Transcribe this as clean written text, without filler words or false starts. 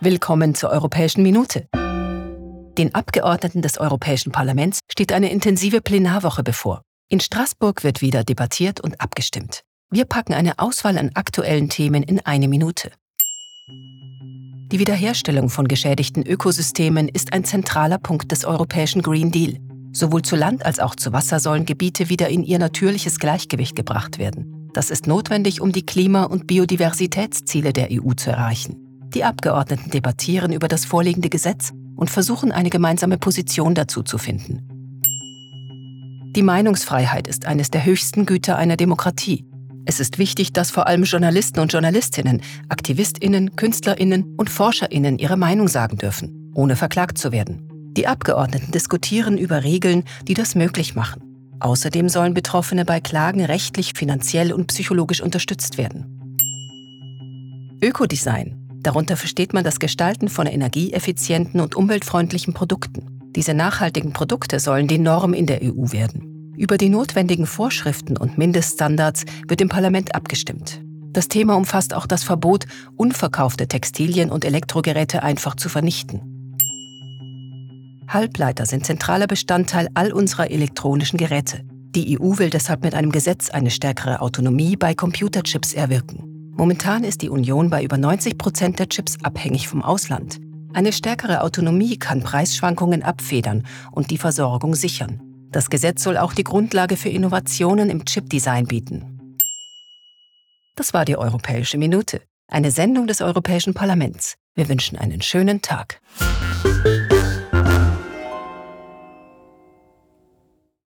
Willkommen zur Europäischen Minute. Den Abgeordneten des Europäischen Parlaments steht eine intensive Plenarwoche bevor. In Straßburg wird wieder debattiert und abgestimmt. Wir packen eine Auswahl an aktuellen Themen in eine Minute. Die Wiederherstellung von geschädigten Ökosystemen ist ein zentraler Punkt des europäischen Green Deal. Sowohl zu Land als auch zu Wasser sollen Gebiete wieder in ihr natürliches Gleichgewicht gebracht werden. Das ist notwendig, um die Klima- und Biodiversitätsziele der EU zu erreichen. Die Abgeordneten debattieren über das vorliegende Gesetz und versuchen, eine gemeinsame Position dazu zu finden. Die Meinungsfreiheit ist eines der höchsten Güter einer Demokratie. Es ist wichtig, dass vor allem Journalisten und Journalistinnen, AktivistInnen, KünstlerInnen und ForscherInnen ihre Meinung sagen dürfen, ohne verklagt zu werden. Die Abgeordneten diskutieren über Regeln, die das möglich machen. Außerdem sollen Betroffene bei Klagen rechtlich, finanziell und psychologisch unterstützt werden. Ökodesign. Darunter versteht man das Gestalten von energieeffizienten und umweltfreundlichen Produkten. Diese nachhaltigen Produkte sollen die Norm in der EU werden. Über die notwendigen Vorschriften und Mindeststandards wird im Parlament abgestimmt. Das Thema umfasst auch das Verbot, unverkaufte Textilien und Elektrogeräte einfach zu vernichten. Halbleiter sind zentraler Bestandteil all unserer elektronischen Geräte. Die EU will deshalb mit einem Gesetz eine stärkere Autonomie bei Computerchips erwirken. Momentan ist die Union bei über 90% der Chips abhängig vom Ausland. Eine stärkere Autonomie kann Preisschwankungen abfedern und die Versorgung sichern. Das Gesetz soll auch die Grundlage für Innovationen im Chipdesign bieten. Das war die Europäische Minute, eine Sendung des Europäischen Parlaments. Wir wünschen einen schönen Tag.